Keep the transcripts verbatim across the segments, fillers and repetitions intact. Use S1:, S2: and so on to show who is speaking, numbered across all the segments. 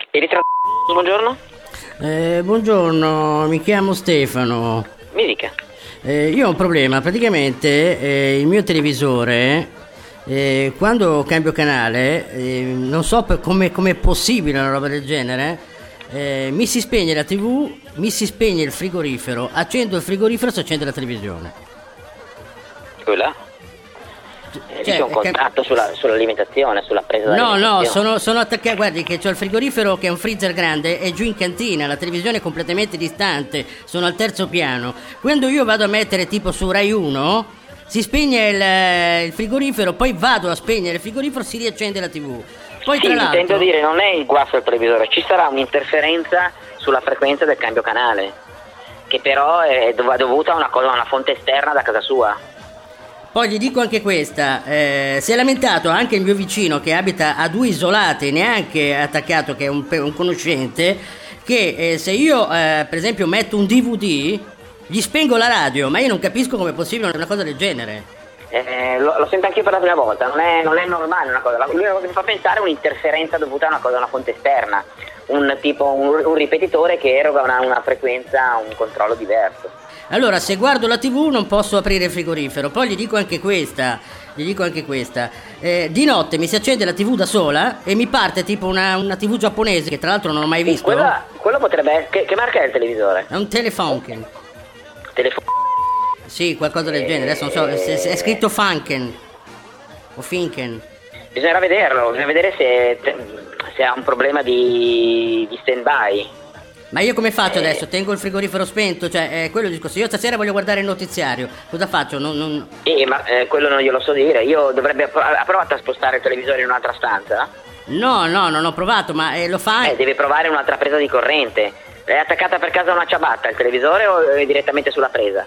S1: Eritrea, buongiorno.
S2: Eh, buongiorno, mi chiamo Stefano.
S1: Mi dica.
S2: Eh, io ho un problema, praticamente eh, il mio televisore, eh, quando cambio canale, eh, non so per come è possibile una roba del genere, eh, mi si spegne la tivù, mi si spegne il frigorifero, accendo il frigorifero e si accende la televisione.
S1: Quella?
S2: Cioè,
S1: c'è un contatto sulla, sull'alimentazione, sulla presa
S2: no no
S1: dell'alimentazione.
S2: sono, sono attaccato, guardi che c'ho il frigorifero che è un freezer grande, è giù in cantina, la televisione è completamente distante, sono al terzo piano. Quando io vado a mettere tipo su Rai uno si spegne il, il frigorifero, poi vado a spegnere il frigorifero, si riaccende la tivù. Poi
S1: sì,
S2: tra l'altro,
S1: intendo dire, non è il guasto del televisore, ci sarà un'interferenza sulla frequenza del cambio canale, che però è dov- dovuta a una cosa, a una fonte esterna da casa sua.
S2: poi gli dico anche questa, eh, si è lamentato anche il mio vicino che abita a due isolate, neanche attaccato, che è un, un conoscente, che eh, se io eh, per esempio metto un D V D gli spengo la radio, ma io non capisco come è possibile una cosa del genere.
S1: Eh, lo, lo sento anche io per la prima volta, non è, non è normale una cosa. L'unica cosa che mi fa pensare è un'interferenza dovuta a una cosa, a una fonte esterna, un tipo un, un ripetitore che eroga una, una frequenza, un controllo diverso.
S2: Allora, se guardo la tivù non posso aprire il frigorifero. Poi gli dico anche questa, gli dico anche questa. Eh, di notte mi si accende la tivù da sola e mi parte tipo una, una tivù giapponese, che tra l'altro non ho mai visto.
S1: Quella, quello potrebbe essere... Che, che marca è il televisore?
S2: È un Telefunken.
S1: Telefo...
S2: Sì, qualcosa del genere, adesso non so, se, se è scritto Funken o Finken.
S1: Bisognerà vederlo, bisogna vedere se, se ha un problema di, di stand-by.
S2: Ma io come faccio
S1: Eh.
S2: adesso? Tengo il frigorifero spento? Cioè, è quello il discorso. Io stasera voglio guardare il notiziario. Cosa faccio? Non, non...
S1: Eh, ma eh, quello non glielo so dire. Io dovrebbe... Ha provato a spostare il televisore in un'altra stanza?
S2: No, no, non ho provato, ma eh, lo fa...
S1: Eh, deve provare un'altra presa di corrente. È attaccata per caso a una ciabatta il televisore o è direttamente sulla presa?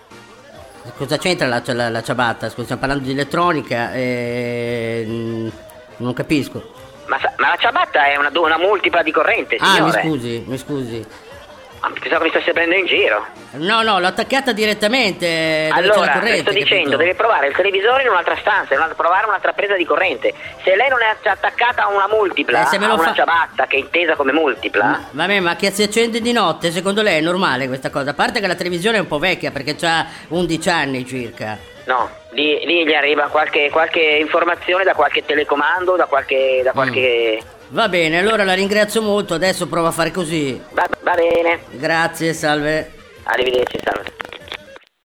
S2: Cosa c'entra la, la, la ciabatta? Scusa, stiamo parlando di elettronica, eh, non capisco.
S1: Ma, ma la ciabatta è una, una multipla di corrente,
S2: Ah, mi
S1: signore.
S2: scusi, mi scusi.
S1: Ma pensavo che mi stesse prendendo in giro.
S2: No, no, l'ho attaccata direttamente. Dove c'è la
S1: Allora, le
S2: corrente,
S1: sto dicendo,
S2: capito?
S1: deve provare il televisore in un'altra stanza, una- provare un'altra presa di corrente. Se lei non è attaccata a una multipla,
S2: Eh, se me
S1: a
S2: lo
S1: una
S2: fa-
S1: ciabatta che è intesa come multipla,
S2: Ma, vabbè, ma che si accende di notte? Secondo lei è normale questa cosa? A parte che la televisione è un po' vecchia perché ha undici anni circa.
S1: no, lì, lì gli arriva qualche, qualche informazione da qualche telecomando, da qualche... Da qualche...
S2: Va bene, allora la ringrazio molto, adesso provo a fare così.
S1: Va, va bene,
S2: Grazie, salve.
S1: arrivederci, salve.